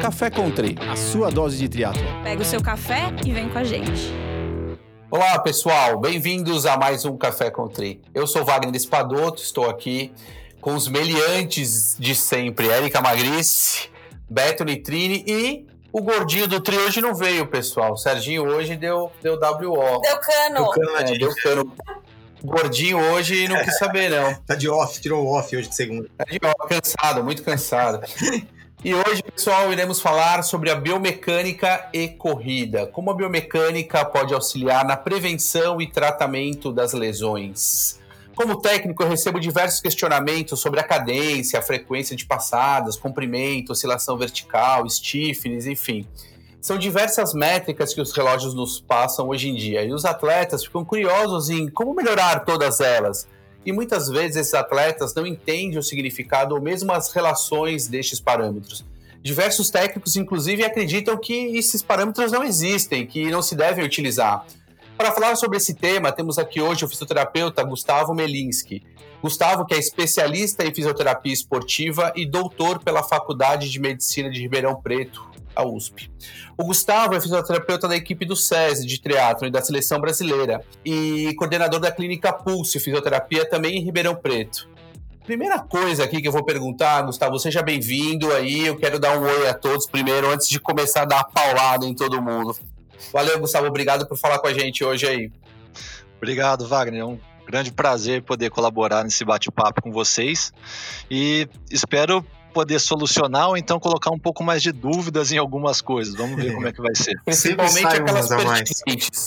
Café Country, a sua dose de triatlo. Pega o seu café e vem com a gente. Olá, pessoal. Bem-vindos a mais um Café Country. Eu sou Wagner Espadoto, estou aqui com os meliantes de sempre, Érica Magrice, Beto Nitrini e o gordinho do trio hoje não veio, pessoal. O Serginho hoje deu WO. Deu cano. Deu cano. O gordinho hoje não quis saber, não. Tá de off, tirou o off hoje de segunda. Tá de off, cansado, muito cansado. E hoje, pessoal, iremos falar sobre a biomecânica e corrida. Como a biomecânica pode auxiliar na prevenção e tratamento das lesões. Como técnico, eu recebo diversos questionamentos sobre a cadência, a frequência de passadas, comprimento, oscilação vertical, stiffness, enfim. São diversas métricas que os relógios nos passam hoje em dia. E os atletas ficam curiosos em como melhorar todas elas. E muitas vezes esses atletas não entendem o significado ou mesmo as relações destes parâmetros. Diversos técnicos, inclusive, acreditam que esses parâmetros não existem, que não se devem utilizar. Para falar sobre esse tema, temos aqui hoje o fisioterapeuta Gustavo Melinski. Gustavo, que é especialista em fisioterapia esportiva e doutor pela Faculdade de Medicina de Ribeirão Preto, a USP. O Gustavo é fisioterapeuta da equipe do SESI de triatlon e da seleção brasileira e coordenador da clínica Pulse Fisioterapia também em Ribeirão Preto. Primeira coisa aqui que eu vou perguntar, Gustavo, seja bem-vindo aí, eu quero dar um oi a todos primeiro, antes de começar a dar a paulada em todo mundo. Valeu, Gustavo, obrigado por falar com a gente hoje aí. Obrigado, Wagner, é um grande prazer poder colaborar nesse bate-papo com vocês e espero poder solucionar ou então colocar um pouco mais de dúvidas em algumas coisas. Vamos ver como é que vai ser. Principalmente aquelas pertinentes.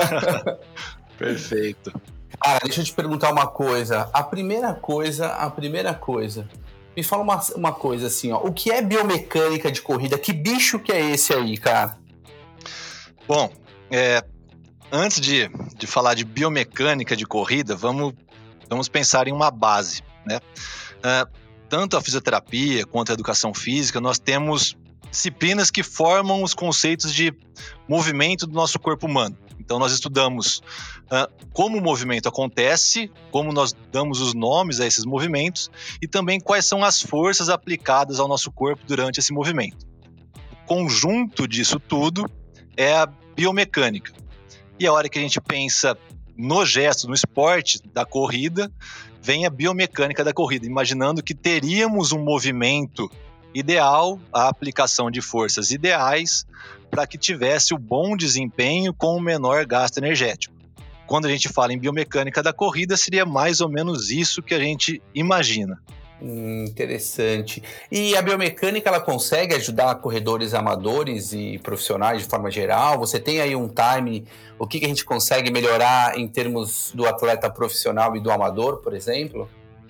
Perfeito. Cara, deixa eu te perguntar uma coisa. A primeira coisa. Me fala uma coisa assim, ó. O que é biomecânica de corrida? Que bicho que é esse aí, cara? Bom, antes de falar de biomecânica de corrida, vamos pensar em uma base, né? Tanto a fisioterapia quanto a educação física, nós temos disciplinas que formam os conceitos de movimento do nosso corpo humano. Então, nós estudamos como o movimento acontece, como nós damos os nomes a esses movimentos e também quais são as forças aplicadas ao nosso corpo durante esse movimento. O conjunto disso tudo é a biomecânica. E a hora que a gente pensa no gesto, no esporte da corrida, vem a biomecânica da corrida, imaginando que teríamos um movimento ideal, a aplicação de forças ideais para que tivesse o bom desempenho com o menor gasto energético. Quando a gente fala em biomecânica da corrida, seria mais ou menos isso que a gente imagina. Interessante. E a biomecânica, ela consegue ajudar corredores amadores e profissionais de forma geral? Você tem aí um time, o que a gente consegue melhorar em termos do atleta profissional e do amador, por exemplo?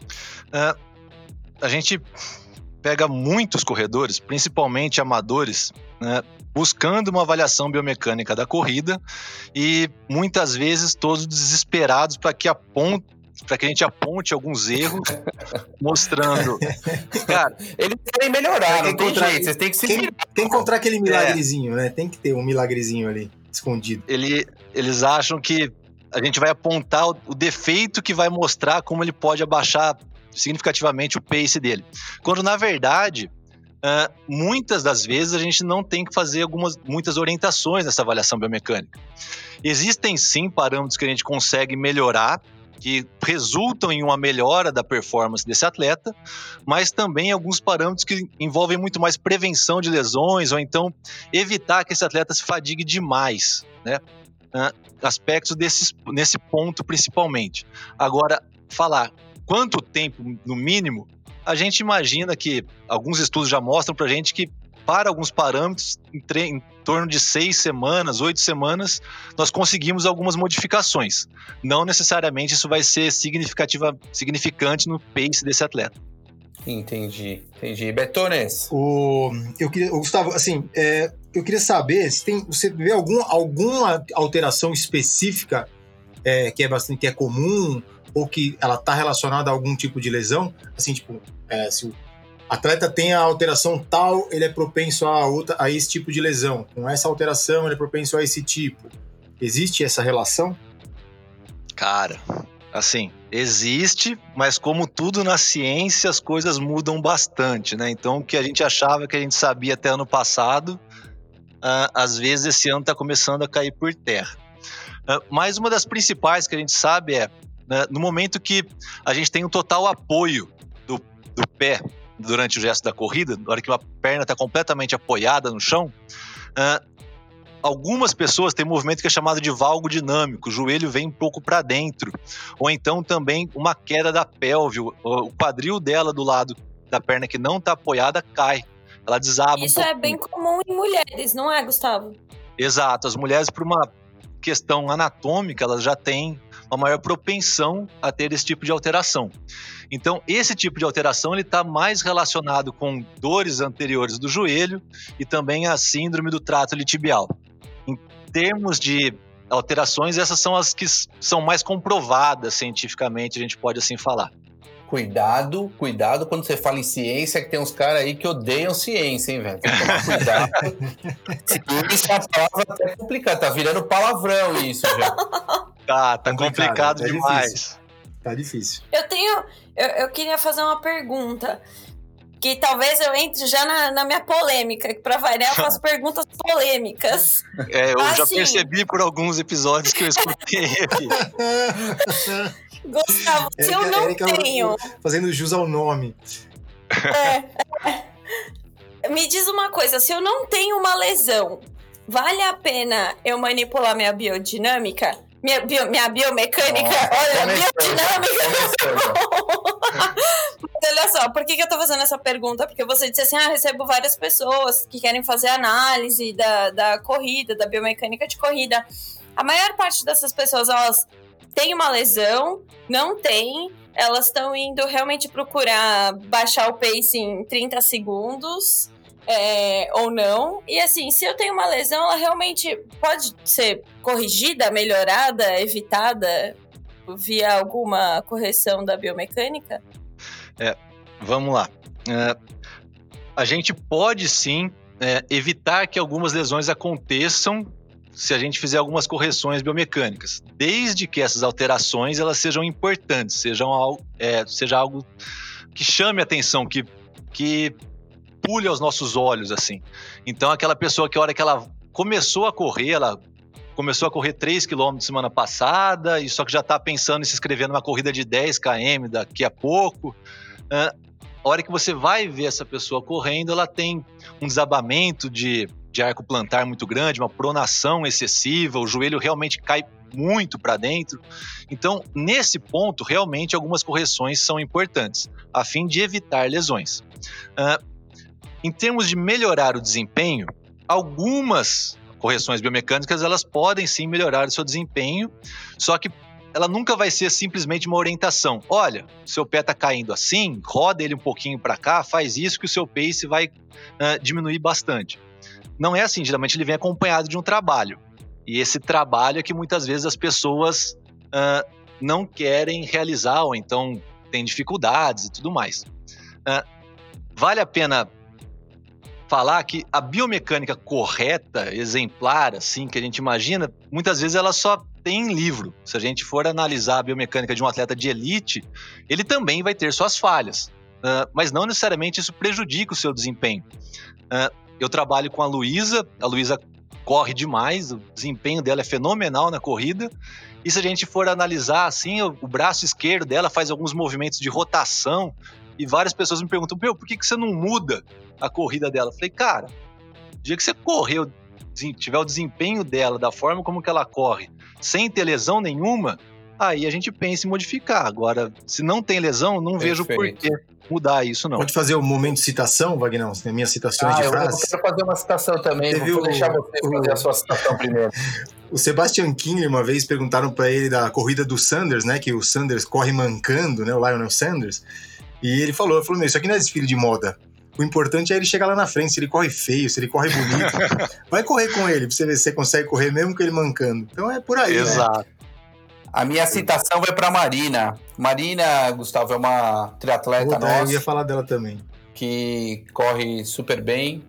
A gente pega muitos corredores, principalmente amadores, né, buscando uma avaliação biomecânica da corrida e muitas vezes todos desesperados para que a gente aponte alguns erros, mostrando. Cara, eles querem melhorar, não tem jeito, vocês têm que se tem que encontrar aquele milagrezinho, né? Tem que ter um milagrezinho ali, escondido. Eles acham que a gente vai apontar o defeito que vai mostrar como ele pode abaixar significativamente o pace dele. Quando, na verdade, muitas das vezes a gente não tem que fazer muitas orientações nessa avaliação biomecânica. Existem, sim, parâmetros que a gente consegue melhorar, que resultam em uma melhora da performance desse atleta, mas também alguns parâmetros que envolvem muito mais prevenção de lesões ou então evitar que esse atleta se fadigue demais, né? Aspectos nesse ponto principalmente. Agora, falar quanto tempo no mínimo, a gente imagina que alguns estudos já mostram pra gente que para alguns parâmetros, em torno de 6 semanas, 8 semanas, nós conseguimos algumas modificações. Não necessariamente isso vai ser significante no pace desse atleta. Entendi. Betones? Gustavo, assim, eu queria saber se você vê alguma alteração específica que é comum ou que ela está relacionada a algum tipo de lesão, assim, tipo, se o atleta tem a alteração tal, ele é propenso a esse tipo de lesão. Com essa alteração, ele é propenso a esse tipo. Existe essa relação? Cara, assim, existe, mas como tudo na ciência, as coisas mudam bastante, né? Então, o que a gente achava que a gente sabia até ano passado, às vezes esse ano está começando a cair por terra. Mas uma das principais que a gente sabe é, né, no momento que a gente tem um total apoio do pé durante o gesto da corrida, na hora que uma perna está completamente apoiada no chão, algumas pessoas têm um movimento que é chamado de valgo dinâmico, o joelho vem um pouco para dentro, ou então também uma queda da pelve, o quadril dela do lado da perna que não está apoiada cai, ela desaba. Isso é bem comum em mulheres, não é, Gustavo? Exato, as mulheres, por uma questão anatômica, elas já têm uma maior propensão a ter esse tipo de alteração. Então, esse tipo de alteração ele está mais relacionado com dores anteriores do joelho e também a síndrome do trato iliotibial. Em termos de alterações, essas são as que são mais comprovadas cientificamente, a gente pode assim falar. Cuidado quando você fala em ciência, que tem uns caras aí que odeiam ciência, hein, velho? Tem que tomar cuidado. Ciência é uma palavra até complicada, tá virando palavrão isso já. Tá complicado tá demais. Difícil. Tá difícil. Eu queria fazer uma pergunta, que talvez eu entre já na minha polêmica, que pra variar eu faço perguntas polêmicas. Eu assim, já percebi por alguns episódios que eu escutei aqui. Gustavo, se eu não tenho... Fazendo jus ao nome. Me diz uma coisa, se eu não tenho uma lesão, vale a pena eu manipular minha biodinâmica? Minha biomecânica? Olha, biodinâmica! Mas olha só, por que eu tô fazendo essa pergunta? Porque você disse assim, recebo várias pessoas que querem fazer análise da corrida, da biomecânica de corrida. A maior parte dessas pessoas, elas têm uma lesão, não tem, elas estão indo realmente procurar baixar o pace em 30 segundos, ou não. E assim, se eu tenho uma lesão, ela realmente pode ser corrigida, melhorada, evitada via alguma correção da biomecânica? Vamos lá. A gente pode sim evitar que algumas lesões aconteçam se a gente fizer algumas correções biomecânicas, desde que essas alterações elas sejam importantes, seja algo que chame a atenção, que pule aos nossos olhos, assim. Então, aquela pessoa que a hora que ela começou a correr 3 km semana passada, e só que já está pensando em se inscrever numa corrida de 10 km daqui a pouco, a hora que você vai ver essa pessoa correndo, ela tem um desabamento de arco plantar muito grande, uma pronação excessiva, o joelho realmente cai muito para dentro. Então, nesse ponto, realmente algumas correções são importantes, a fim de evitar lesões. Em termos de melhorar o desempenho, algumas correções biomecânicas elas podem sim melhorar o seu desempenho, só que ela nunca vai ser simplesmente uma orientação. Olha, seu pé está caindo assim, roda ele um pouquinho para cá, faz isso que o seu pace vai diminuir bastante. Não é assim, geralmente ele vem acompanhado de um trabalho. E esse trabalho é que muitas vezes as pessoas não querem realizar, ou então têm dificuldades e tudo mais. Vale a pena falar que a biomecânica correta, exemplar, assim, que a gente imagina, muitas vezes ela só tem em livro. Se a gente for analisar a biomecânica de um atleta de elite, ele também vai ter suas falhas. Mas não necessariamente isso prejudica o seu desempenho. Eu trabalho com a Luísa corre demais, o desempenho dela é fenomenal na corrida, e se a gente for analisar assim, o braço esquerdo dela faz alguns movimentos de rotação, e várias pessoas me perguntam, por que você não muda a corrida dela? Eu falei, cara, o dia que você correu, tiver o desempenho dela, da forma como que ela corre, sem ter lesão nenhuma, aí a gente pensa em modificar. Agora, se não tem lesão, não vejo por que mudar isso, não. Pode fazer o momento de citação, Vagnão? Tem minhas citações de frases? Eu quero fazer uma citação também, vou deixar você fazer a sua citação primeiro. O Sebastian Kienle, uma vez, perguntaram para ele da corrida do Sanders, né, que o Sanders corre mancando, né, o Lionel Sanders, e ele falou, isso aqui não é desfile de moda. O importante é ele chegar lá na frente, se ele corre feio, se ele corre bonito. Vai correr com ele, pra você ver se você consegue correr mesmo com ele mancando. Então é por aí, exato. Né? A minha citação vai para Marina. Marina, Gustavo, é uma triatleta nossa. Eu ia falar dela também. Que corre super bem.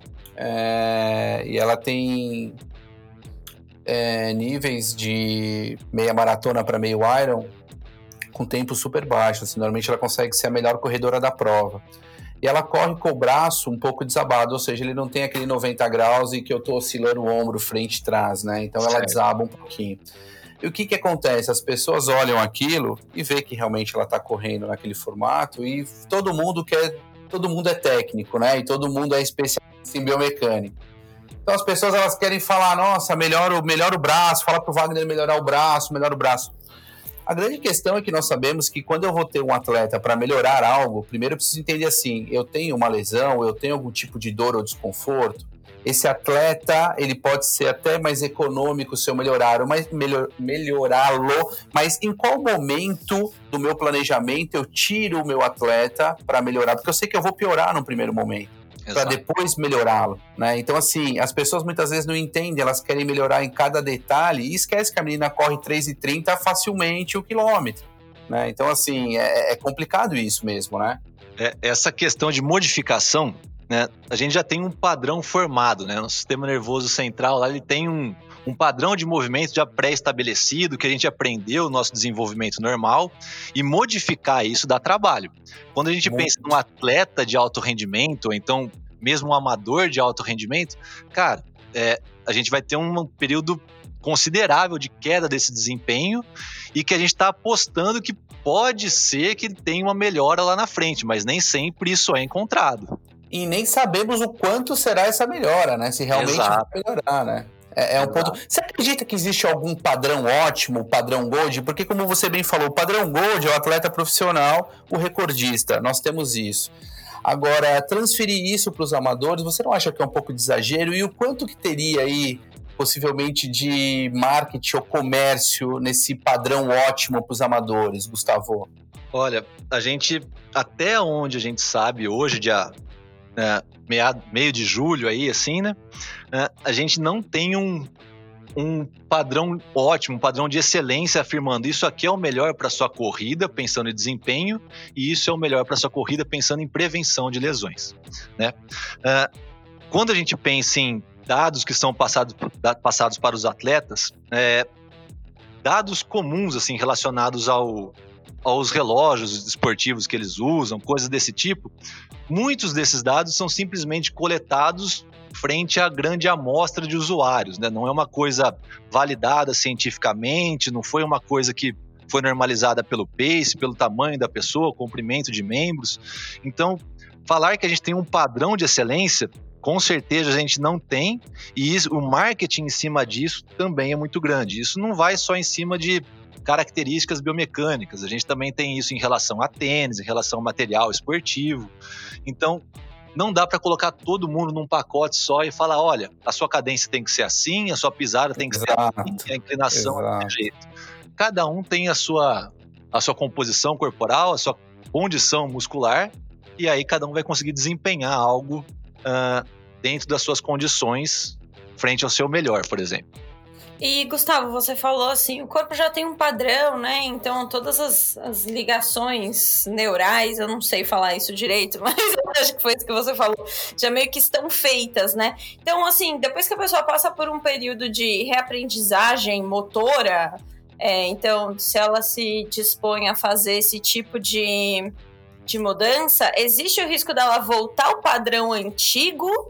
E ela tem níveis de meia maratona para meio Iron com tempo super baixo. Assim, normalmente ela consegue ser a melhor corredora da prova. E ela corre com o braço um pouco desabado, ou seja, ele não tem aquele 90 graus e que eu tô oscilando o ombro frente e trás, né? Então ela desaba um pouquinho. E o que acontece? As pessoas olham aquilo e vê que realmente ela tá correndo naquele formato e todo mundo é técnico, né? E todo mundo é especialista em biomecânica. Então as pessoas elas querem falar, nossa, melhora o braço, fala pro Wagner melhora o braço. A grande questão é que nós sabemos que quando eu vou ter um atleta para melhorar algo, primeiro eu preciso entender assim, eu tenho uma lesão, eu tenho algum tipo de dor ou desconforto, esse atleta, ele pode ser até mais econômico se eu melhorá-lo, mas em qual momento do meu planejamento eu tiro o meu atleta para melhorar? Porque eu sei que eu vou piorar no primeiro momento, para depois melhorá-lo, né? Então, assim, as pessoas muitas vezes não entendem, elas querem melhorar em cada detalhe e esquece que a menina corre 3,30 facilmente o quilômetro, né? Então, assim, é complicado isso mesmo, né? Essa questão de modificação, né? A gente já tem um padrão formado, né? No sistema nervoso central, lá ele tem um padrão de movimento já pré-estabelecido que a gente aprendeu no nosso desenvolvimento normal, e modificar isso dá trabalho. Quando a gente pensa num atleta de alto rendimento, ou então mesmo um amador de alto rendimento, cara, a gente vai ter um período considerável de queda desse desempenho e que a gente está apostando que pode ser que tenha uma melhora lá na frente, mas nem sempre isso é encontrado. E nem sabemos o quanto será essa melhora, né? Se realmente vai melhorar, né? É um ponto. Você acredita que existe algum padrão ótimo, padrão Gold? Porque, como você bem falou, o padrão Gold é o atleta profissional, o recordista. Nós temos isso. Agora, transferir isso para os amadores, você não acha que é um pouco de exagero? E o quanto que teria aí, possivelmente, de marketing ou comércio nesse padrão ótimo para os amadores, Gustavo? Olha, a gente, até onde a gente sabe hoje, meio de julho aí, assim, né? A gente não tem um padrão ótimo, um padrão de excelência afirmando isso aqui é o melhor para sua corrida, pensando em desempenho, e isso é o melhor para sua corrida, pensando em prevenção de lesões, né? Quando a gente pensa em dados que são passados para os atletas, dados comuns, assim, relacionados aos relógios esportivos que eles usam, coisas desse tipo, muitos desses dados são simplesmente coletados frente à grande amostra de usuários, né? Não é uma coisa validada cientificamente, não foi uma coisa que foi normalizada pelo pace, pelo tamanho da pessoa, comprimento de membros. Então, falar que a gente tem um padrão de excelência, com certeza a gente não tem, e o marketing em cima disso também é muito grande. Isso não vai só em cima de características biomecânicas, a gente também tem isso em relação a tênis, em relação ao material esportivo. Então, não dá para colocar todo mundo num pacote só e falar, olha, a sua cadência tem que ser assim, a sua pisada tem que ser assim, a inclinação é desse jeito. Cada um tem a sua composição corporal, a sua condição muscular, e aí cada um vai conseguir desempenhar algo dentro das suas condições frente ao seu melhor, por exemplo. E, Gustavo, você falou assim, o corpo já tem um padrão, né? Então, todas as ligações neurais, eu não sei falar isso direito, mas eu acho que foi isso que você falou, já meio que estão feitas, né? Então, assim, depois que a pessoa passa por um período de reaprendizagem motora, então, se ela se dispõe a fazer esse tipo de mudança, existe o risco dela voltar ao padrão antigo?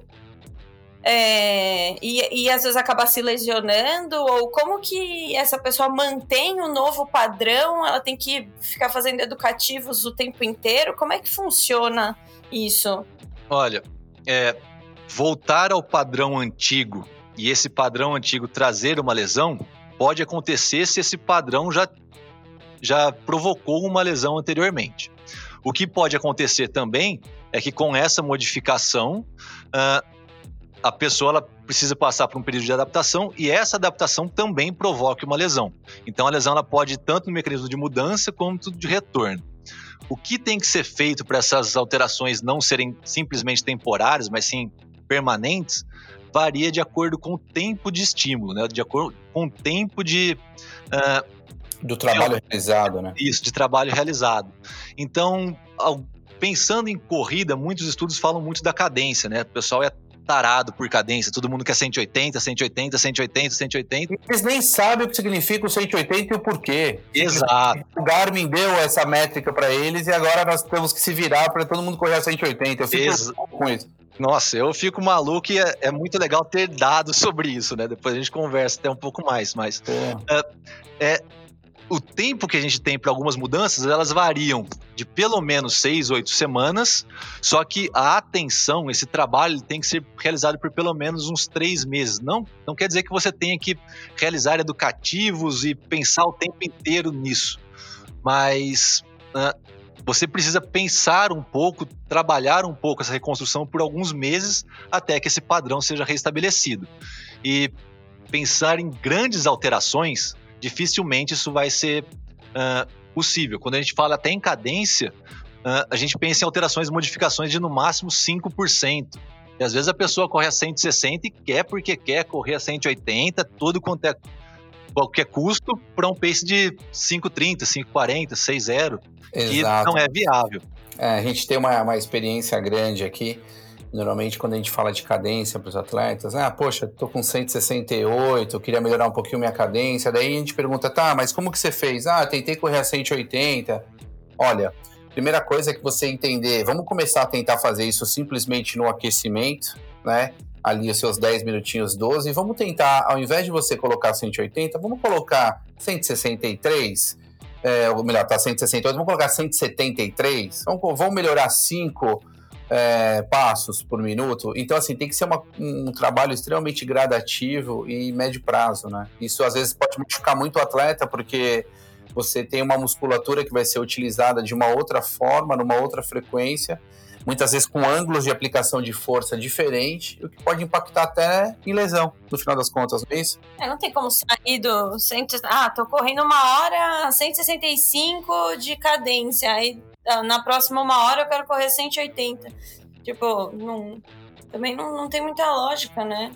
E às vezes acabar se lesionando, ou como que essa pessoa mantém o novo padrão? Ela tem que ficar fazendo educativos o tempo inteiro? Como é que funciona isso? Olha, voltar ao padrão antigo e esse padrão antigo trazer uma lesão pode acontecer se esse padrão já provocou uma lesão anteriormente. O que pode acontecer também é que com essa modificação a pessoa ela precisa passar por um período de adaptação e essa adaptação também provoca uma lesão. Então a lesão ela pode ir tanto no mecanismo de mudança quanto de retorno. O que tem que ser feito para essas alterações não serem simplesmente temporárias, mas sim permanentes, varia de acordo com o tempo de estímulo, né? De acordo com o tempo do trabalho realizado, né? Isso, de trabalho realizado. Então, pensando em corrida, muitos estudos falam muito da cadência, né? O pessoal tarado por cadência, todo mundo quer 180, 180, 180, 180. Eles nem sabem o que significa o 180 e o porquê. Exato. O Garmin deu essa métrica para eles e agora nós temos que se virar para todo mundo correr a 180. Eu fico com isso. Nossa, eu fico maluco e é muito legal ter dados sobre isso, né? Depois a gente conversa até um pouco mais, mas o tempo que a gente tem para algumas mudanças, elas variam de pelo menos 6, 8 semanas, só que a atenção, esse trabalho tem que ser realizado por pelo menos uns 3 meses. Não quer dizer que você tenha que realizar educativos e pensar o tempo inteiro nisso, mas você precisa pensar um pouco, trabalhar um pouco essa reconstrução por alguns meses até que esse padrão seja restabelecido. E pensar em grandes alterações, dificilmente isso vai ser possível. Quando a gente fala até em cadência, a gente pensa em alterações e modificações de no máximo 5%. E às vezes a pessoa corre a 160 e quer porque quer correr a 180, qualquer custo, para um pace de 5,30, 5,40, 6,0, que não é viável. A gente tem uma experiência grande aqui. Normalmente, quando a gente fala de cadência para os atletas, poxa, tô com 168, eu queria melhorar um pouquinho minha cadência. Daí a gente pergunta, tá, mas como que você fez? Tentei correr a 180. Olha, primeira coisa é que você entender, vamos começar a tentar fazer isso simplesmente no aquecimento, né? Ali os seus 10 minutinhos, 12, e vamos tentar, ao invés de você colocar 180, vamos colocar 163, ou melhor, tá 168, vamos colocar 173, vamos melhorar 5 passos por minuto. Então, assim, tem que ser um trabalho extremamente gradativo e médio prazo, né? Isso, às vezes, pode machucar muito o atleta, porque você tem uma musculatura que vai ser utilizada de uma outra forma, numa outra frequência, muitas vezes com ângulos de aplicação de força diferente, o que pode impactar até em lesão, no final das contas, não é isso? Não tem como sair do... tô correndo 1 hora, 165 de cadência, aí na próxima 1 hora eu quero correr 180. Tipo, também não tem muita lógica, né?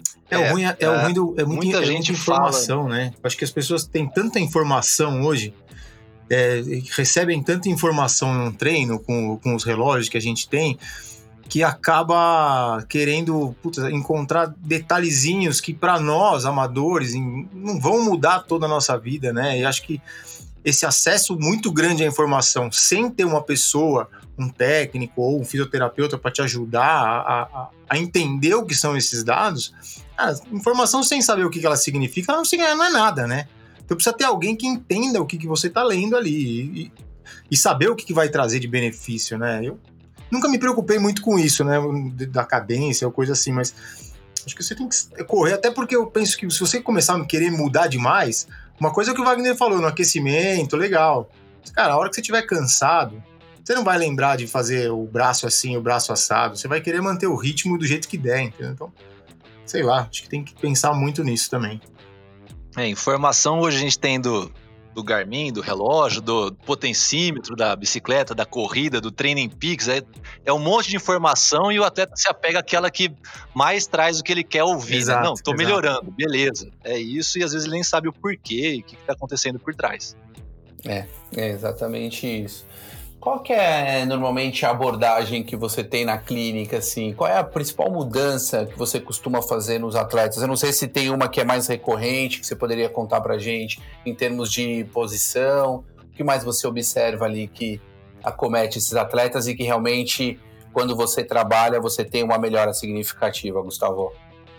Muita gente informação, fala, né? Acho que as pessoas têm tanta informação hoje, recebem tanta informação num treino com os relógios que a gente tem, que acaba querendo encontrar detalhezinhos que para nós, amadores, não vão mudar toda a nossa vida, né? E acho que esse acesso muito grande à informação, sem ter uma pessoa, um técnico ou um fisioterapeuta para te ajudar a entender o que são esses dados, a informação sem saber o que ela significa, não é nada, né? Então precisa ter alguém que entenda o que você está lendo ali e saber o que vai trazer de benefício, né? Eu nunca me preocupei muito com isso, né? Da cadência ou coisa assim, mas acho que você tem que correr, até porque eu penso que se você começar a querer mudar demais, uma coisa que o Wagner falou no aquecimento, legal. Mas, cara, a hora que você estiver cansado, você não vai lembrar de fazer o braço assim, o braço assado. Você vai querer manter o ritmo do jeito que der, entendeu? Então, sei lá, acho que tem que pensar muito nisso também. Informação hoje a gente tem do Garmin, do relógio, do potencímetro, da bicicleta, da corrida, do Training Peaks, é um monte de informação e o atleta se apega àquela que mais traz o que ele quer ouvir. Exato, né? Não, tô melhorando, beleza, é isso, e às vezes ele nem sabe o porquê e o que tá acontecendo por trás. É exatamente isso. Qual que é normalmente a abordagem que você tem na clínica, assim? Qual é a principal mudança que você costuma fazer nos atletas? Eu não sei se tem uma que é mais recorrente, que você poderia contar pra gente, em termos de posição. O que mais você observa ali que acomete esses atletas e que realmente, quando você trabalha, você tem uma melhora significativa, Gustavo?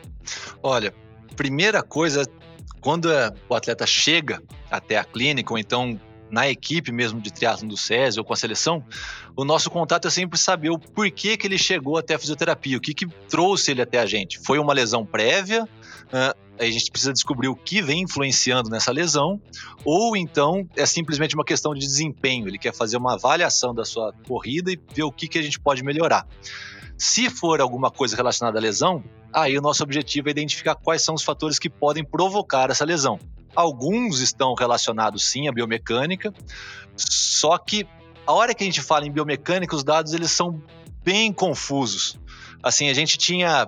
Olha, primeira coisa, quando o atleta chega até a clínica, ou então na equipe mesmo de triatlon do SESI ou com a seleção, o nosso contato é sempre saber o porquê que ele chegou até a fisioterapia, o que trouxe ele até a gente. Foi uma lesão prévia, a gente precisa descobrir o que vem influenciando nessa lesão, ou então é simplesmente uma questão de desempenho, ele quer fazer uma avaliação da sua corrida e ver o que a gente pode melhorar. Se for alguma coisa relacionada à lesão, aí o nosso objetivo é identificar quais são os fatores que podem provocar essa lesão. Alguns estão relacionados sim à biomecânica, só que a hora que a gente fala em biomecânica, os dados eles são bem confusos. Assim, a gente tinha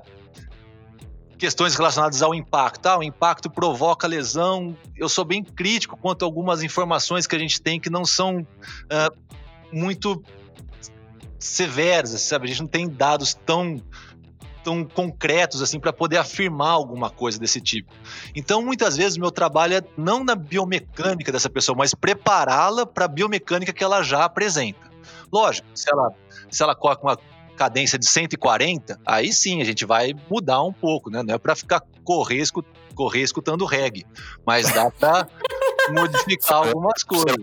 questões relacionadas ao impacto. O impacto provoca lesão. Eu sou bem crítico quanto a algumas informações que a gente tem que não são muito severas, sabe? A gente não tem dados tão tão concretos assim para poder afirmar alguma coisa desse tipo. Então, muitas vezes, o meu trabalho é não na biomecânica dessa pessoa, mas prepará-la para a biomecânica que ela já apresenta. Lógico, se ela corre com uma cadência de 140, aí sim a gente vai mudar um pouco, né? Não é para ficar correr escutando reggae, mas dá para modificar algumas coisas.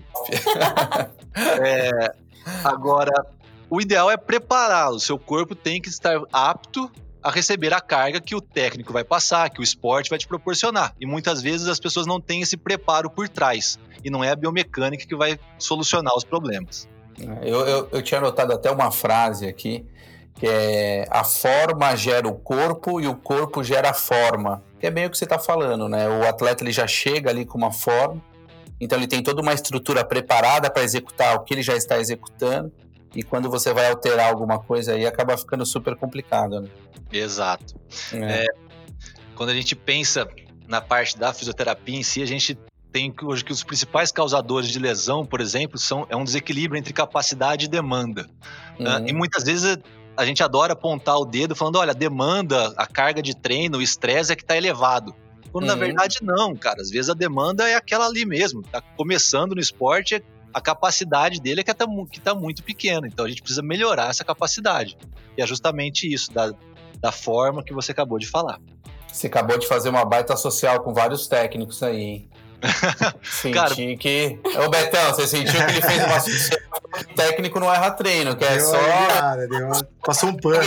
Agora, o ideal é prepará-lo. O seu corpo tem que estar apto a receber a carga que o técnico vai passar, que o esporte vai te proporcionar. E muitas vezes as pessoas não têm esse preparo por trás. E não é a biomecânica que vai solucionar os problemas. Eu tinha anotado até uma frase aqui, que é: a forma gera o corpo e o corpo gera a forma. Que é bem o que você está falando, né? O atleta ele já chega ali com uma forma, então ele tem toda uma estrutura preparada para executar o que ele já está executando, e quando você vai alterar alguma coisa aí, acaba ficando super complicado, né? Exato. Quando a gente pensa na parte da fisioterapia em si, a gente tem hoje que os principais causadores de lesão, por exemplo, é um desequilíbrio entre capacidade e demanda. E muitas vezes a gente adora apontar o dedo falando, olha, a demanda, a carga de treino, o estresse é que está elevado. Quando na verdade não, cara. Às vezes a demanda é aquela ali mesmo. Tá começando no esporte, a capacidade dele é que tá muito pequena. Então a gente precisa melhorar essa capacidade. E é justamente isso, da forma que você acabou de falar. Você acabou de fazer uma baita social com vários técnicos aí, hein? Senti que... Ô, Betão, você sentiu que ele fez uma social? O técnico não erra treino, que é só... Passou um pano.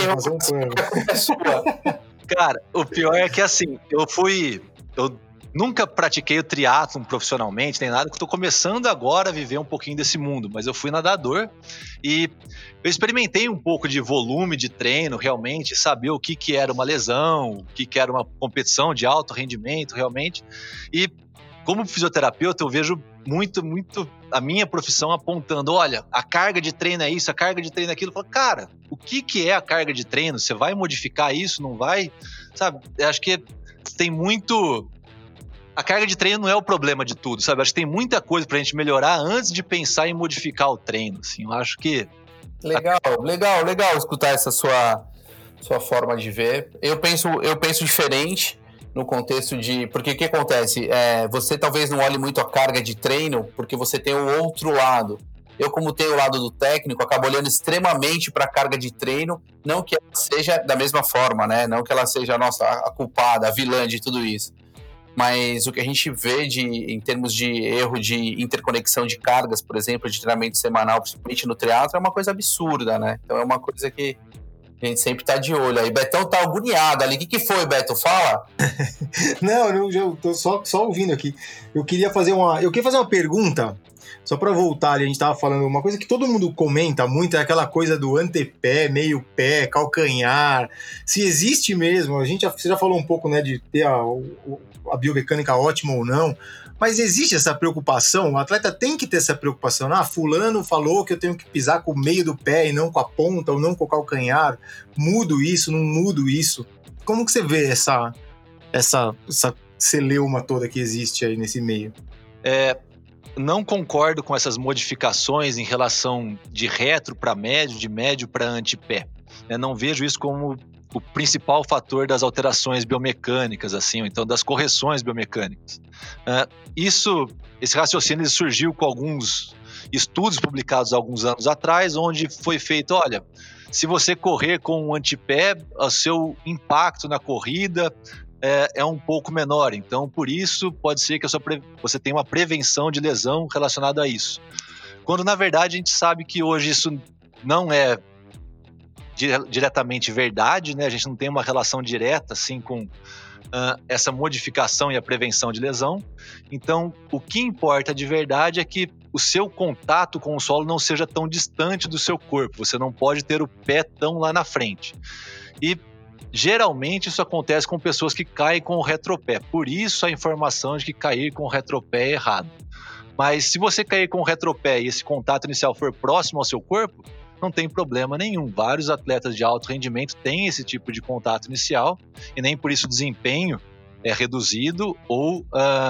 Cara, o pior é que assim, eu nunca pratiquei o triatlon profissionalmente, nem nada, que eu tô começando agora a viver um pouquinho desse mundo, mas eu fui nadador e eu experimentei um pouco de volume de treino, realmente, saber o que era uma lesão, o que era uma competição de alto rendimento, realmente, e como fisioterapeuta eu vejo muito a minha profissão apontando, olha, a carga de treino é isso, a carga de treino é aquilo. Eu falo, cara, o que é a carga de treino? Você vai modificar isso, não vai? Sabe, eu acho que tem muito... A carga de treino não é o problema de tudo, sabe? Acho que tem muita coisa pra gente melhorar antes de pensar em modificar o treino, assim. Eu acho que... Legal escutar essa sua forma de ver. Eu penso diferente no contexto de... Porque o que acontece? Você talvez não olhe muito a carga de treino porque você tem o outro lado. Eu, como tenho o lado do técnico, acabo olhando extremamente para a carga de treino, não que ela seja da mesma forma, né? Não que ela seja a culpada, a vilã de tudo isso. Mas o que a gente vê em termos de erro de interconexão de cargas, por exemplo, de treinamento semanal, principalmente no triatlo, é uma coisa absurda, né? Então é uma coisa que a gente sempre tá de olho. Aí Betão tá agoniado ali. O que foi, Beto? Fala! Não, eu tô só ouvindo aqui. Eu queria fazer uma pergunta, só para voltar ali, a gente tava falando, uma coisa que todo mundo comenta muito é aquela coisa do antepé, meio pé, calcanhar. Se existe mesmo, você já falou um pouco, né, de ter a biomecânica ótima ou não, mas existe essa preocupação? O atleta tem que ter essa preocupação. Fulano falou que eu tenho que pisar com o meio do pé e não com a ponta ou não com o calcanhar. Mudo isso, não mudo isso? Como que você vê essa celeuma toda que existe aí nesse meio? Não concordo com essas modificações em relação de retro para médio, de médio para antepé. Não vejo isso como o principal fator das alterações biomecânicas, assim, ou então das correções biomecânicas. Esse raciocínio surgiu com alguns estudos publicados há alguns anos atrás, onde foi feito, olha, se você correr com um antepé, o seu impacto na corrida é um pouco menor. Então, por isso, pode ser que você tenha uma prevenção de lesão relacionada a isso. Quando, na verdade, a gente sabe que hoje isso não é diretamente verdade, né? A gente não tem uma relação direta, assim, com essa modificação e a prevenção de lesão. Então, o que importa de verdade é que o seu contato com o solo não seja tão distante do seu corpo. Você não pode ter o pé tão lá na frente. E geralmente isso acontece com pessoas que caem com o retropé. Por isso a informação de que cair com o retropé é errado. Mas se você cair com o retropé e esse contato inicial for próximo ao seu corpo, não tem problema nenhum. Vários atletas de alto rendimento têm esse tipo de contato inicial e nem por isso o desempenho é reduzido ou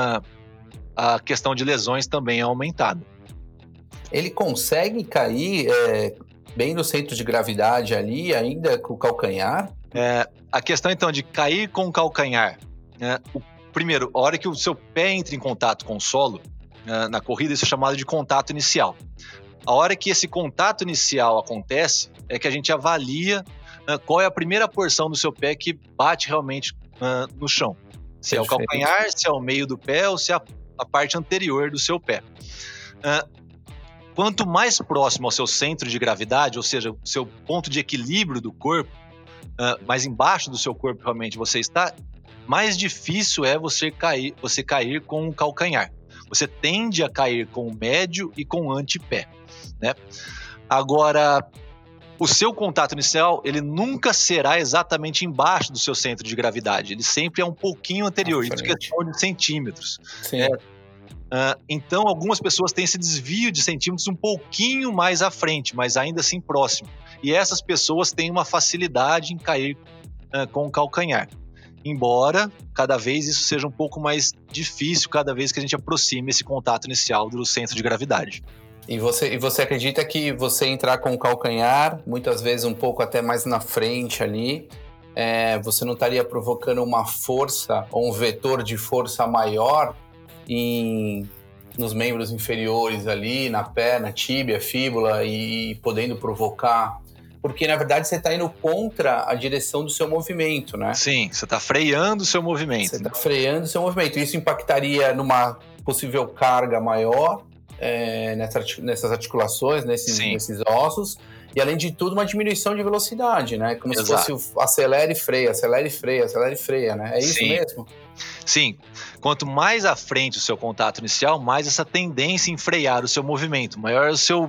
a questão de lesões também é aumentada. Ele consegue cair bem no centro de gravidade ali, ainda com o calcanhar? A questão, então, de cair com o calcanhar. Primeiro, a hora que o seu pé entra em contato com o solo, na corrida, isso é chamado de contato inicial. A hora que esse contato inicial acontece, é que a gente avalia qual é a primeira porção do seu pé que bate realmente no chão. Se é o calcanhar, se é o meio do pé ou se é a parte anterior do seu pé. Quanto mais próximo ao seu centro de gravidade, ou seja, o seu ponto de equilíbrio do corpo, mais embaixo do seu corpo realmente você está, mais difícil é você cair com o calcanhar. Você tende a cair com o médio e com o antepé, né? Agora, o seu contato inicial, ele nunca será exatamente embaixo do seu centro de gravidade. Ele sempre é um pouquinho anterior, isso é questão de centímetros. Sim. Então, algumas pessoas têm esse desvio de centímetros um pouquinho mais à frente, mas ainda assim próximo. E essas pessoas têm uma facilidade em cair com o calcanhar. Embora, cada vez isso seja um pouco mais difícil, cada vez que a gente aproxima esse contato inicial do centro de gravidade. E você acredita que você entrar com o calcanhar, muitas vezes um pouco até mais na frente ali, você não estaria provocando uma força ou um vetor de força maior nos membros inferiores ali, na perna, tíbia, fíbula, e podendo provocar... Porque, na verdade, você está indo contra a direção do seu movimento, né? Sim, você está freando o seu movimento. Você está freando o seu movimento. Isso impactaria numa possível carga maior nessas articulações, nesses ossos. E, além de tudo, uma diminuição de velocidade, né? Como se fosse acelere e freia, acelere e freia, acelere e freia, né? É isso mesmo? Sim. Quanto mais à frente o seu contato inicial, mais essa tendência em frear o seu movimento. Maior o seu...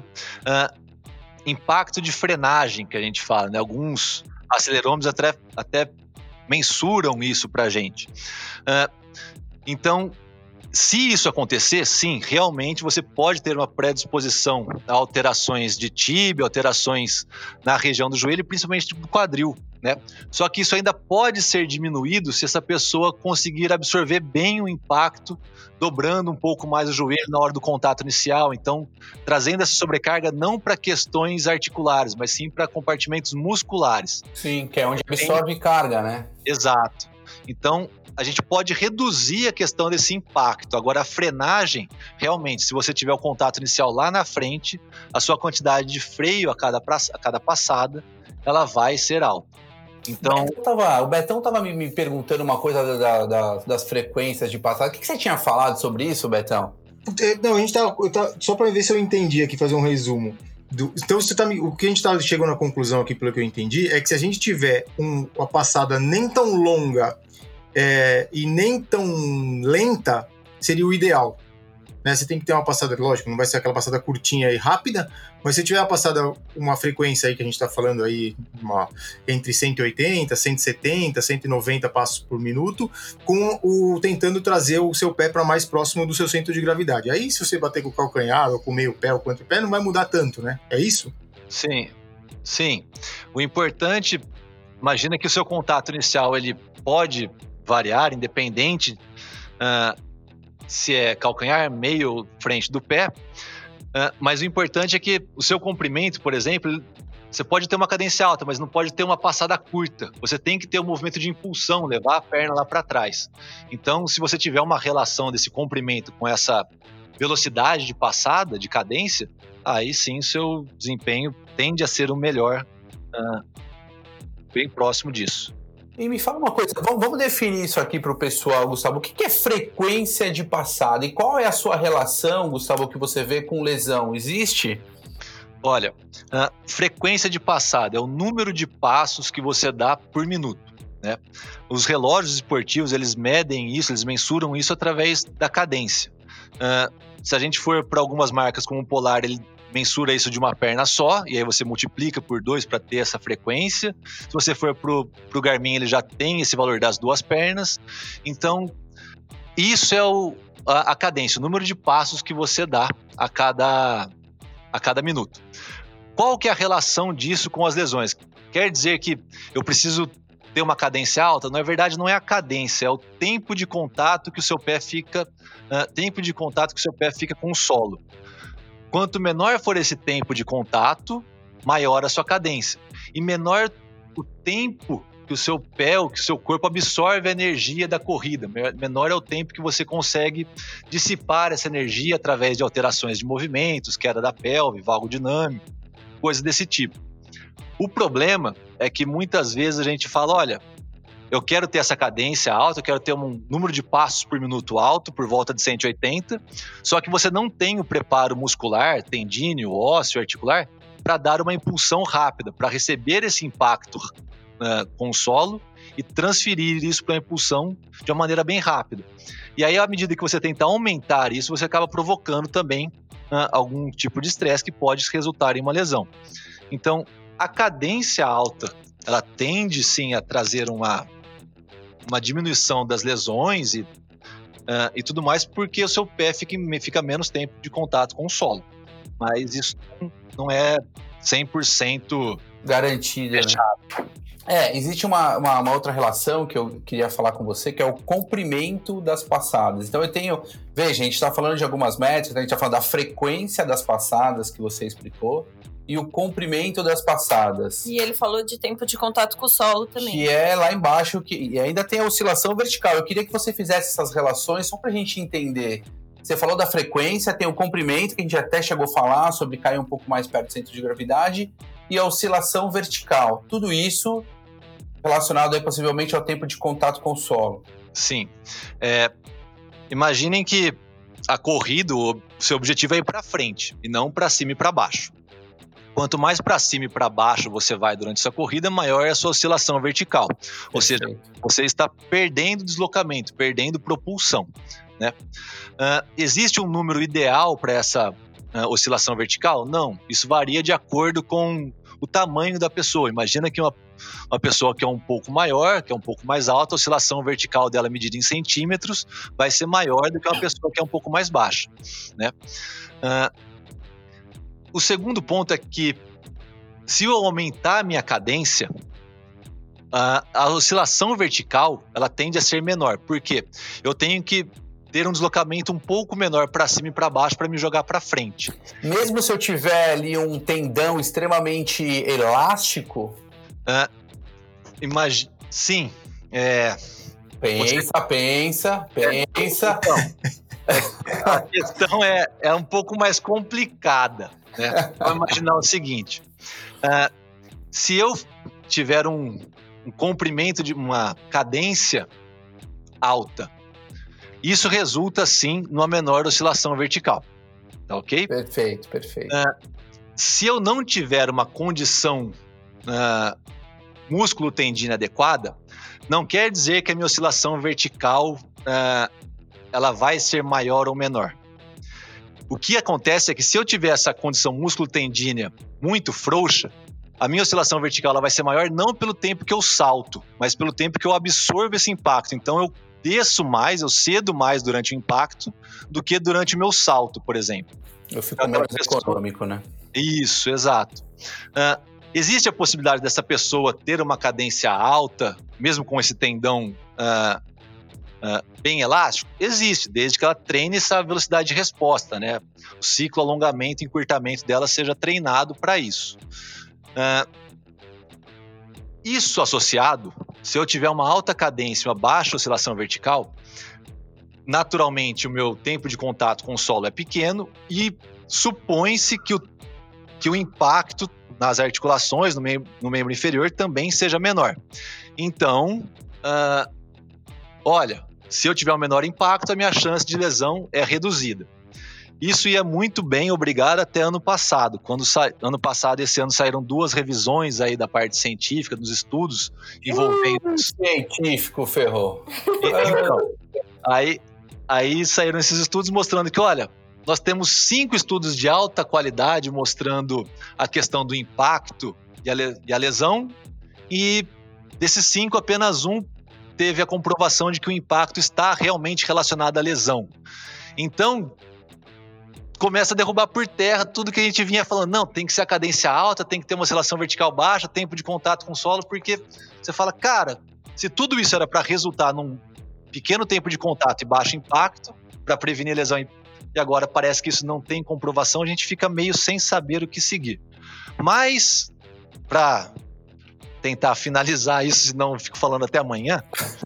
impacto de frenagem que a gente fala, né? Alguns acelerômetros até mensuram isso para a gente. Então, se isso acontecer, sim, realmente você pode ter uma predisposição a alterações de tíbia, alterações na região do joelho, principalmente do quadril, né? Só que isso ainda pode ser diminuído se essa pessoa conseguir absorver bem o impacto, dobrando um pouco mais o joelho na hora do contato inicial. Então, trazendo essa sobrecarga não para questões articulares, mas sim para compartimentos musculares. Sim, que é onde absorve carga, né? Exato. Então, a gente pode reduzir a questão desse impacto. Agora, a frenagem, realmente, se você tiver o contato inicial lá na frente, a sua quantidade de freio a cada passada, ela vai ser alta. Então, o Betão estava me perguntando uma coisa das frequências de passada. O que você tinha falado sobre isso, Betão? Não, a gente só para ver se eu entendi aqui, fazer um resumo. Então, o que a gente chegou na conclusão aqui, pelo que eu entendi, é que se a gente tiver uma passada nem tão longa e nem tão lenta, seria o ideal. Né? Você tem que ter uma passada, lógico, não vai ser aquela passada curtinha e rápida, mas se tiver uma frequência aí que a gente está falando aí, entre 180, 170, 190 passos por minuto, tentando trazer o seu pé para mais próximo do seu centro de gravidade. Aí, se você bater com o calcanhar, ou com o meio pé, ou com o antepé, não vai mudar tanto, né? É isso? Sim. O importante, imagina que o seu contato inicial, ele pode variar, independente se é calcanhar, meio ou frente do pé, mas o importante é que o seu comprimento, por exemplo, você pode ter uma cadência alta, mas não pode ter uma passada curta. Você tem que ter um movimento de impulsão, levar a perna lá para trás. Então, se você tiver uma relação desse comprimento com essa velocidade de passada, de cadência, aí sim seu desempenho tende a ser o melhor, bem próximo disso. E me fala uma coisa, vamos definir isso aqui para o pessoal, Gustavo. O que é frequência de passada? E qual é a sua relação, Gustavo, que você vê com lesão? Existe? Olha, frequência de passada é o número de passos que você dá por minuto, né? Os relógios esportivos, eles medem isso, eles mensuram isso através da cadência. Se a gente for para algumas marcas como o Polar, ele mensura isso de uma perna só, e aí você multiplica por 2 para ter essa frequência. Se você for pro Garmin, ele já tem esse valor das 2 pernas. Então, isso é a cadência, o número de passos que você dá a cada minuto. Qual que é a relação disso com as lesões? Quer dizer que eu preciso ter uma cadência alta? Na verdade, não é a cadência, é o tempo de contato que o seu pé fica, com o solo. Quanto menor for esse tempo de contato, maior a sua cadência. E menor o tempo que o seu pé, ou que o seu corpo absorve a energia da corrida. Menor é o tempo que você consegue dissipar essa energia através de alterações de movimentos, queda da pelve, valgo dinâmico, coisas desse tipo. O problema é que muitas vezes a gente fala, olha, eu quero ter essa cadência alta, eu quero ter um número de passos por minuto alto, por volta de 180, só que você não tem o preparo muscular, tendíneo, ósseo, articular, para dar uma impulsão rápida, para receber esse impacto com o solo e transferir isso para a impulsão de uma maneira bem rápida. E aí, à medida que você tenta aumentar isso, você acaba provocando também algum tipo de estresse que pode resultar em uma lesão. Então, a cadência alta, ela tende sim a trazer uma diminuição das lesões e tudo mais, porque o seu pé fica menos tempo de contato com o solo. Mas isso não é 100% garantido, fechado. Né? Existe uma outra relação que eu queria falar com você, que é o comprimento das passadas. Então veja, a gente está falando de algumas métricas, a gente está falando da frequência das passadas que você explicou, e o comprimento das passadas. E ele falou de tempo de contato com o solo também. Que é lá embaixo, e ainda tem a oscilação vertical. Eu queria que você fizesse essas relações só para a gente entender. Você falou da frequência, tem o comprimento, que a gente até chegou a falar sobre cair um pouco mais perto do centro de gravidade, e a oscilação vertical. Tudo isso relacionado aí possivelmente ao tempo de contato com o solo. Sim. Imaginem que a corrida, o seu objetivo é ir para frente e não para cima e para baixo. Quanto mais para cima e para baixo você vai durante essa corrida, maior é a sua oscilação vertical. Ou seja, você está perdendo deslocamento, perdendo propulsão, né? Existe um número ideal para essa oscilação vertical? Não. Isso varia de acordo com o tamanho da pessoa. Imagina que uma pessoa que é um pouco maior, que é um pouco mais alta, a oscilação vertical dela medida em centímetros vai ser maior do que uma pessoa que é um pouco mais baixa, né? O segundo ponto é que, se eu aumentar a minha cadência, a oscilação vertical ela tende a ser menor. Por quê? Eu tenho que ter um deslocamento um pouco menor para cima e para baixo para me jogar para frente. Mesmo se eu tiver ali um tendão extremamente elástico? Sim. Pensa. Então, a questão é um pouco mais complicada, né? Vamos imaginar o seguinte: se eu tiver um comprimento de uma cadência alta, isso resulta sim numa menor oscilação vertical, tá ok? Perfeito. Se eu não tiver uma condição músculo-tendina adequada, não quer dizer que a minha oscilação vertical ela vai ser maior ou menor. O que acontece é que se eu tiver essa condição músculo-tendínea muito frouxa, a minha oscilação vertical ela vai ser maior não pelo tempo que eu salto, mas pelo tempo que eu absorvo esse impacto. Então eu desço mais, eu cedo mais durante o impacto do que durante o meu salto, por exemplo. Eu fico menos econômico, né? Isso, exato. Existe a possibilidade dessa pessoa ter uma cadência alta, mesmo com esse tendão bem elástico? Existe, desde que ela treine essa velocidade de resposta, né? O ciclo alongamento e encurtamento dela seja treinado para isso. Isso associado, se eu tiver uma alta cadência, uma baixa oscilação vertical, naturalmente o meu tempo de contato com o solo é pequeno e supõe-se que o impacto nas articulações, no membro inferior, também seja menor. Então, se eu tiver um menor impacto, a minha chance de lesão é reduzida. Isso ia muito bem, obrigado, até ano passado. Ano passado, esse ano, saíram 2 revisões aí da parte científica, dos estudos envolvendo... Científico, ferrou. Então, aí saíram esses estudos mostrando que, olha, nós temos 5 estudos de alta qualidade mostrando a questão do impacto e a lesão, e desses 5, apenas um teve a comprovação de que o impacto está realmente relacionado à lesão. Então, começa a derrubar por terra tudo que a gente vinha falando. Não, tem que ser a cadência alta, tem que ter uma oscilação vertical baixa, tempo de contato com o solo, porque você fala, cara, se tudo isso era para resultar num pequeno tempo de contato e baixo impacto, para prevenir lesão, e agora parece que isso não tem comprovação, a gente fica meio sem saber o que seguir. Mas, para tentar finalizar isso, senão eu fico falando até amanhã,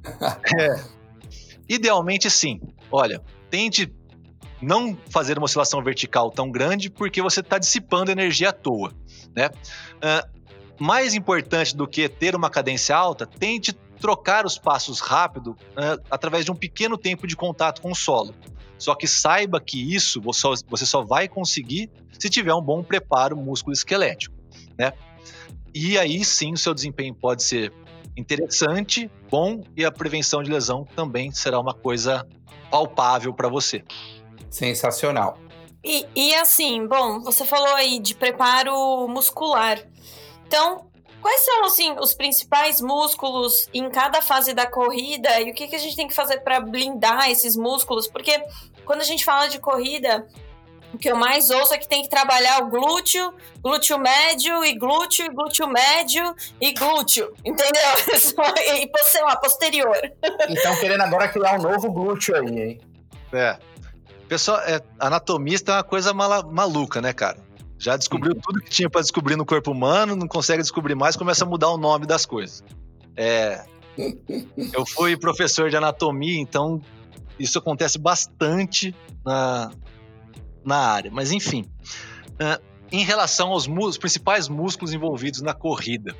idealmente sim. Olha, tente não fazer uma oscilação vertical tão grande, porque você está dissipando energia à toa, né? Mais importante do que ter uma cadência alta, tente trocar os passos rápido através de um pequeno tempo de contato com o solo. Só que saiba que isso você só vai conseguir se tiver um bom preparo músculo-esquelético, né? E aí sim o seu desempenho pode ser interessante, bom, e a prevenção de lesão também será uma coisa palpável para você. Sensacional. E assim, bom, você falou aí de preparo muscular. Então, quais são assim, os principais músculos em cada fase da corrida e o que a gente tem que fazer para blindar esses músculos? Porque quando a gente fala de corrida, o que eu mais ouço é que tem que trabalhar o glúteo, glúteo médio e glúteo médio e glúteo, entendeu? E posterior. Então querendo agora criar um novo glúteo aí, hein? Pessoal, anatomista é uma coisa maluca, né, cara? Já descobriu tudo que tinha para descobrir no corpo humano, não consegue descobrir mais, começa a mudar o nome das coisas. Eu fui professor de anatomia, então isso acontece bastante na área. Mas enfim, em relação aos principais músculos envolvidos na corrida.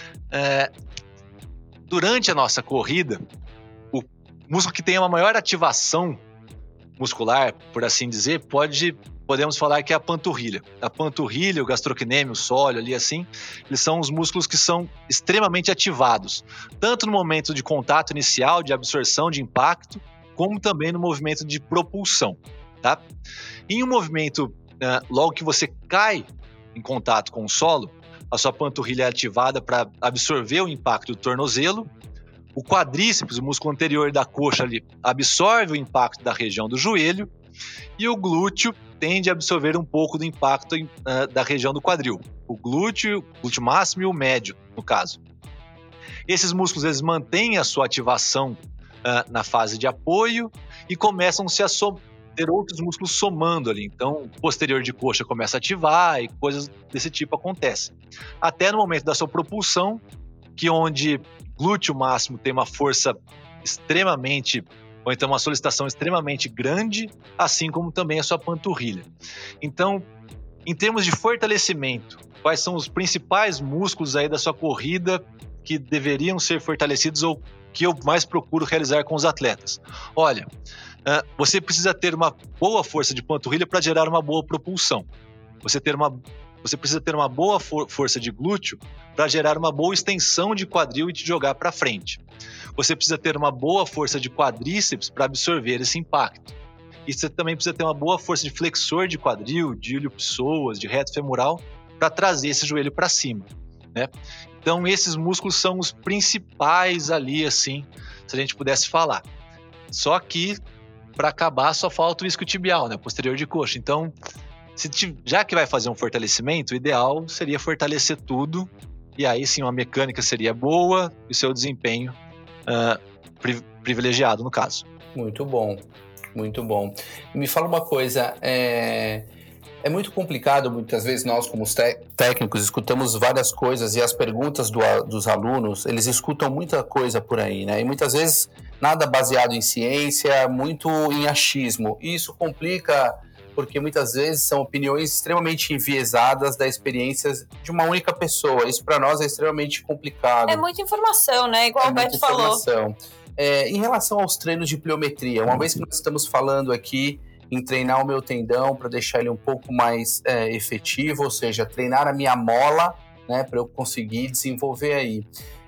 Durante a nossa corrida, o músculo que tem uma maior ativação muscular, por assim dizer, podemos falar que é a panturrilha. A panturrilha, o gastrocnêmio, o sólio ali assim, eles são os músculos que são extremamente ativados, tanto no momento de contato inicial, de absorção de impacto, como também no movimento de propulsão, tá? Em um movimento, logo que você cai em contato com o solo, a sua panturrilha é ativada para absorver o impacto do tornozelo. O quadríceps, o músculo anterior da coxa ali, absorve o impacto da região do joelho, e o glúteo tende a absorver um pouco do impacto da região do quadril. O glúteo máximo e o médio, no caso. Esses músculos eles mantêm a sua ativação na fase de apoio e começam a ter outros músculos somando ali. Então, o posterior de coxa começa a ativar e coisas desse tipo acontecem. Até no momento da sua propulsão, que onde glúteo máximo tem uma força extremamente, ou então uma solicitação extremamente grande, assim como também a sua panturrilha. Então, em termos de fortalecimento, quais são os principais músculos aí da sua corrida que deveriam ser fortalecidos ou que eu mais procuro realizar com os atletas? Olha, você precisa ter uma boa força de panturrilha para gerar uma boa propulsão. Você precisa ter uma boa força de glúteo para gerar uma boa extensão de quadril e te jogar para frente. Você precisa ter uma boa força de quadríceps para absorver esse impacto. E você também precisa ter uma boa força de flexor de quadril, de ilho-psoas, de reto femoral, para trazer esse joelho para cima, né? Então, esses músculos são os principais ali, assim, se a gente pudesse falar. Só que, para acabar, só falta o isquiotibial, né? Posterior de coxa. Então, já que vai fazer um fortalecimento, o ideal seria fortalecer tudo, e aí sim uma mecânica seria boa e o seu desempenho privilegiado, no caso. Muito bom, muito bom. Me fala uma coisa, é muito complicado, muitas vezes nós como técnicos escutamos várias coisas e as perguntas dos alunos, eles escutam muita coisa por aí, né? E muitas vezes nada baseado em ciência, muito em achismo. E isso complica porque muitas vezes são opiniões extremamente enviesadas da experiência de uma única pessoa. Isso para nós é extremamente complicado. É muita informação, né? Igual o Beto falou. Em relação aos treinos de pliometria, uma vez que nós estamos falando aqui em treinar o meu tendão para deixar ele um pouco mais efetivo, ou seja, treinar a minha mola, né, para eu conseguir desenvolver aí.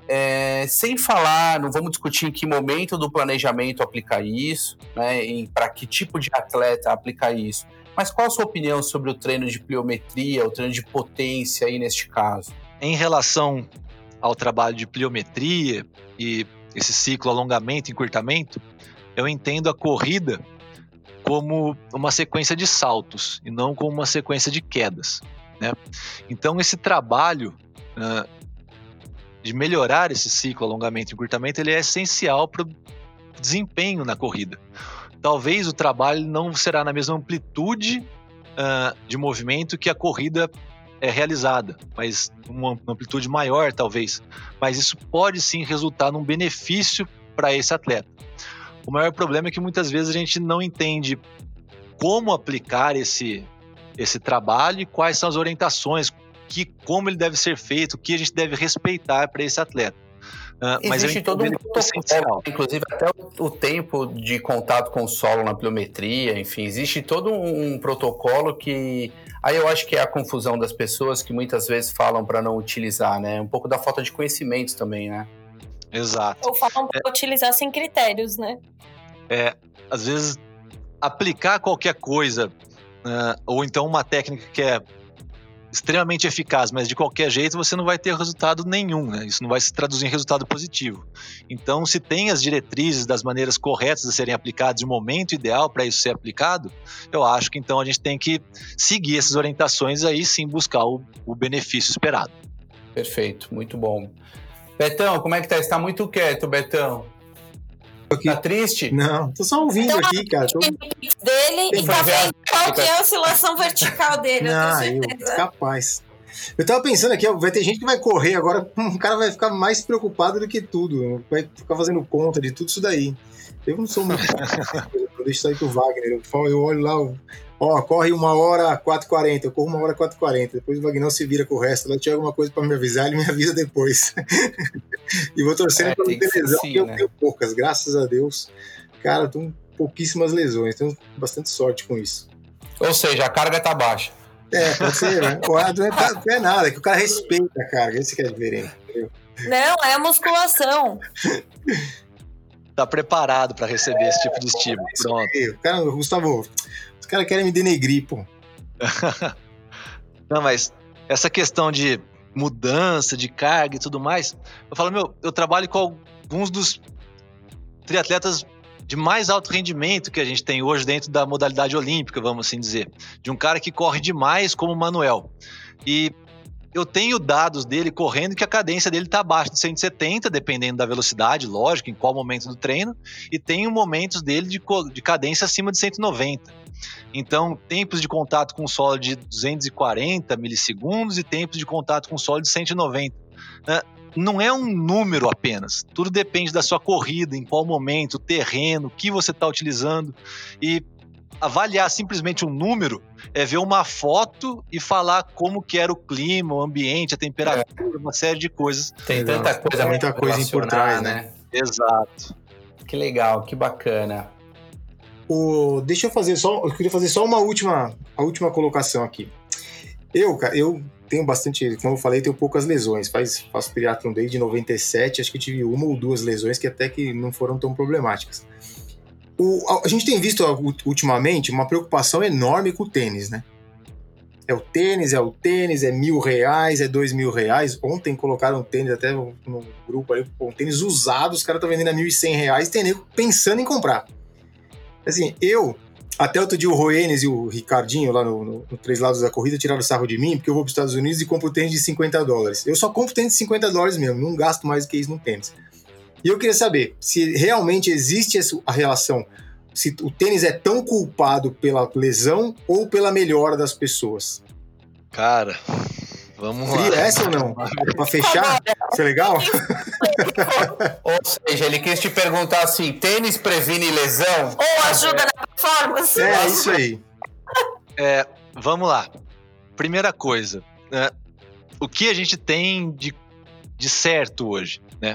Sem falar, não vamos discutir em que momento do planejamento aplicar isso, né, para que tipo de atleta aplicar isso. Mas qual a sua opinião sobre o treino de pliometria, o treino de potência aí neste caso? Em relação ao trabalho de pliometria e esse ciclo alongamento e encurtamento, eu entendo a corrida como uma sequência de saltos e não como uma sequência de quedas, né? Então esse trabalho de melhorar esse ciclo alongamento e encurtamento, ele é essencial para o desempenho na corrida. Talvez o trabalho não será na mesma amplitude de movimento que a corrida é realizada, mas uma amplitude maior talvez. Mas isso pode sim resultar num benefício para esse atleta. O maior problema é que muitas vezes a gente não entende como aplicar esse trabalho e quais são as orientações, como ele deve ser feito, o que a gente deve respeitar para esse atleta. Mas existe todo um protocolo, inclusive até o tempo de contato com o solo na pliometria, enfim, existe todo um protocolo que... Aí eu acho que é a confusão das pessoas que muitas vezes falam para não utilizar, né? Um pouco da falta de conhecimentos também, né? Exato. Ou falam para utilizar sem critérios, né? Às vezes, aplicar qualquer coisa, ou então uma técnica que é extremamente eficaz, mas de qualquer jeito você não vai ter resultado nenhum, né? Isso não vai se traduzir em resultado positivo. Então, se tem as diretrizes das maneiras corretas de serem aplicadas, de um momento ideal para isso ser aplicado, eu acho que então a gente tem que seguir essas orientações e aí sim buscar o benefício esperado. Perfeito, muito bom. Betão, como é que tá? Você tá muito quieto, Betão. Tá triste? Não, tô só ouvindo então, aqui, cara. Dele e tá vendo qual que é a oscilação vertical dele, capaz. Eu tava pensando aqui, vai ter gente que vai correr agora, o cara vai ficar mais preocupado do que tudo, vai ficar fazendo conta de tudo isso daí. Eu não sou muito... eu deixo isso aí pro Wagner, eu olho lá, corre 1h4:40, eu corro 1h4:40, depois o Wagner se vira com o resto, lá tiver alguma coisa pra me avisar, ele me avisa depois. E vou torcendo pra não ter lesão, porque eu tenho poucas, graças a Deus. Cara, eu tenho pouquíssimas lesões, tenho bastante sorte com isso. Ou seja, a carga tá baixa. Pode ser, né? Não é nada, é que o cara respeita a carga, esse que é diferente, entendeu? Não, é a musculação. Tá preparado para receber esse tipo de estímulo. Pronto. Cara, Gustavo, os caras querem me denegrir, pô. Não, mas essa questão de mudança, de carga e tudo mais, eu falo, eu trabalho com alguns dos triatletas de mais alto rendimento que a gente tem hoje dentro da modalidade olímpica, vamos assim dizer. De um cara que corre demais como o Manuel. E eu tenho dados dele correndo que a cadência dele está abaixo de 170, dependendo da velocidade, lógico, em qual momento do treino, e tenho momentos dele de cadência acima de 190. Então, tempos de contato com o solo de 240 milissegundos e tempos de contato com o solo de 190. Não é um número apenas, tudo depende da sua corrida, em qual momento, o terreno, o que você está utilizando, e avaliar simplesmente um número é ver uma foto e falar como que era o clima, o ambiente, a temperatura, uma série de coisas. Tem tanta coisa, muita coisa por trás, né? Exato. Que legal, que bacana. Deixa eu fazer eu queria fazer só a última colocação aqui. Eu tenho bastante, como eu falei, tenho poucas lesões. Faço triatlon desde 97, acho que tive uma ou duas lesões que até que não foram tão problemáticas. A gente tem visto ultimamente uma preocupação enorme com o tênis, né? É o tênis, é R$1.000, é R$2.000. Ontem colocaram um tênis até no grupo ali, um tênis usado, os caras estão vendendo a R$1.100 e tem nego pensando em comprar. Assim, até outro dia o Roenes e o Ricardinho lá no Três Lados da Corrida tiraram sarro de mim, porque eu vou para os Estados Unidos e compro tênis de $50. Eu só compro tênis de $50 mesmo, não gasto mais do que isso no tênis. E eu queria saber se realmente existe a relação, se o tênis é tão culpado pela lesão ou pela melhora das pessoas. Cara, vamos lá. Seria essa ou não? Pra fechar? Isso é legal? Ou seja, ele quis te perguntar assim, tênis previne lesão? Ou ajuda na performance? É isso aí. Vamos lá. Primeira coisa, o que a gente tem de certo hoje, né?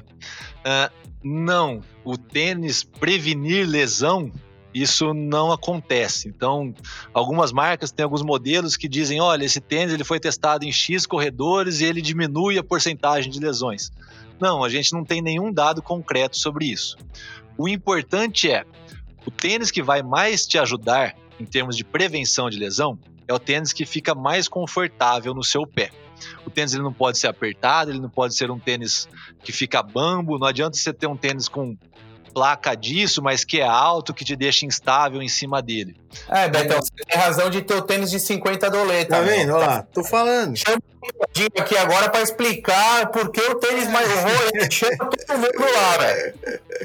Não, o tênis prevenir lesão, isso não acontece. Então, algumas marcas têm alguns modelos que dizem, olha, esse tênis ele foi testado em X corredores e ele diminui a porcentagem de lesões. Não, a gente não tem nenhum dado concreto sobre isso. O importante é, o tênis que vai mais te ajudar em termos de prevenção de lesão é o tênis que fica mais confortável no seu pé. O tênis ele não pode ser apertado, ele não pode ser um tênis que fica bambo, não adianta você ter um tênis com placa disso, mas que é alto, que te deixa instável em cima dele. Betão, você tem razão de ter o tênis de 50 doletas. Tá vendo? Olha lá, tô falando. Chama o aqui agora para explicar por que o tênis mais ruim. Chama todo mundo lá, velho.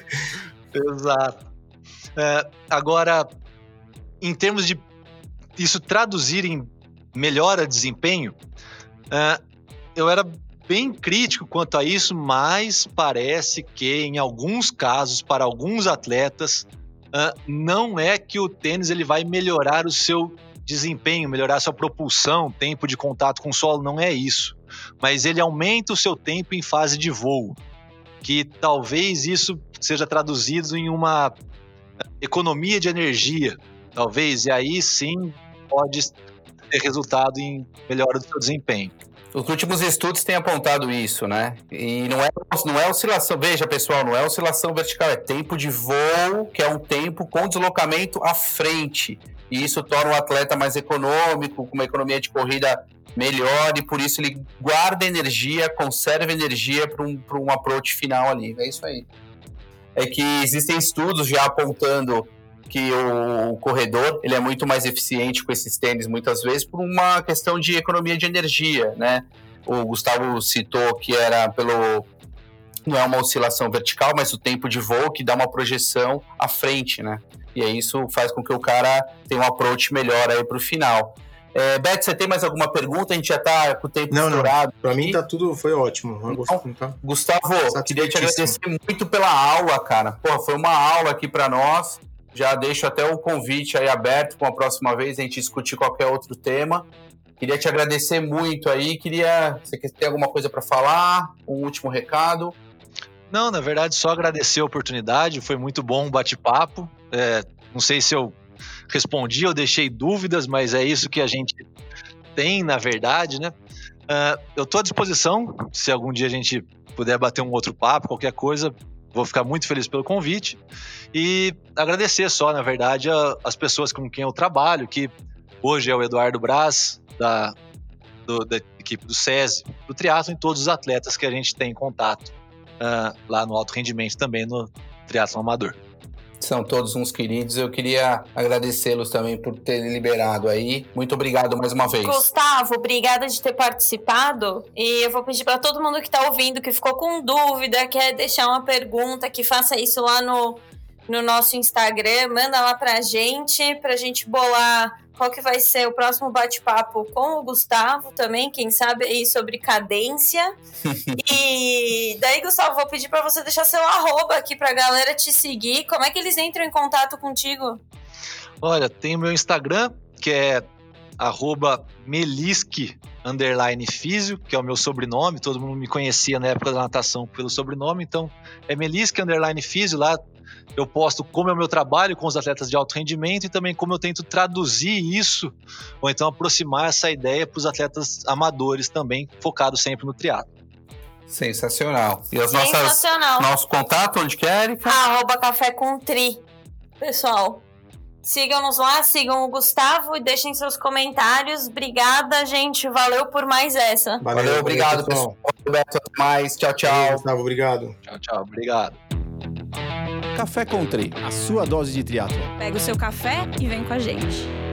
Exato. Agora, em termos de isso traduzir em melhora de desempenho, Eu era bem crítico quanto a isso, mas parece que em alguns casos, para alguns atletas, não é que o tênis ele vai melhorar o seu desempenho, melhorar a sua propulsão, tempo de contato com o solo, não é isso. Mas ele aumenta o seu tempo em fase de voo, que talvez isso seja traduzido em uma economia de energia, talvez, e aí sim pode ter resultado em melhora do seu desempenho. Os últimos estudos têm apontado isso, né? E não é oscilação, veja pessoal, não é oscilação vertical, é tempo de voo, que é um tempo com deslocamento à frente. E isso torna o atleta mais econômico, com uma economia de corrida melhor, e por isso ele guarda energia, conserva energia para um approach final ali. É isso aí. É que existem estudos já apontando que o corredor ele é muito mais eficiente com esses tênis, muitas vezes, por uma questão de economia de energia, né? O Gustavo citou que não é uma oscilação vertical, mas o tempo de voo que dá uma projeção à frente, né? E aí isso faz com que o cara tenha um approach melhor aí para o final. Beto, você tem mais alguma pergunta? A gente já está com o tempo estourado. Para mim tá tudo, foi ótimo. Então, Gustavo, queria te agradecer muito pela aula, cara. Pô, foi uma aula aqui para nós. Já deixo até o convite aí aberto para uma próxima vez a gente discutir qualquer outro tema. Queria te agradecer muito aí. Você tem alguma coisa para falar? Um último recado? Não, na verdade, só agradecer a oportunidade. Foi muito bom o bate-papo. Não sei se eu respondi ou deixei dúvidas, mas é isso que a gente tem, na verdade, né? Eu estou à disposição. Se algum dia a gente puder bater um outro papo, qualquer coisa, vou ficar muito feliz pelo convite. E agradecer só, na verdade, as pessoas com quem eu trabalho, que hoje é o Eduardo Braz, da equipe do SESI, do triatlon, e todos os atletas que a gente tem em contato lá no alto rendimento, também no triatlon amador. São todos uns queridos. Eu queria agradecê-los também por terem liberado aí. Muito obrigado mais uma vez. Gustavo, obrigada de ter participado. E eu vou pedir para todo mundo que está ouvindo, que ficou com dúvida, quer deixar uma pergunta, que faça isso lá no nosso Instagram. Manda lá pra gente bolar qual que vai ser o próximo bate-papo com o Gustavo também, quem sabe aí sobre cadência. E daí, Gustavo, vou pedir para você deixar seu @ aqui pra galera te seguir. Como é que eles entram em contato contigo? Olha, tem o meu Instagram, que é @melisque_físio, que é o meu sobrenome. Todo mundo me conhecia na época da natação pelo sobrenome, então é melisque_físio. Lá eu posto como é o meu trabalho com os atletas de alto rendimento e também como eu tento traduzir isso, ou então aproximar essa ideia para os atletas amadores também, focado sempre no triatlo. Sensacional. E nosso contato, onde que é, Erika? @café com tri. Pessoal, sigam-nos lá, sigam o Gustavo e deixem seus comentários. Obrigada, gente. Valeu por mais essa. Valeu, obrigado, pessoal. Até mais. Tchau, tchau. Gustavo, obrigado. Tchau, obrigado. Café com Tri, a sua dose de triatlon. Pega o seu café e vem com a gente.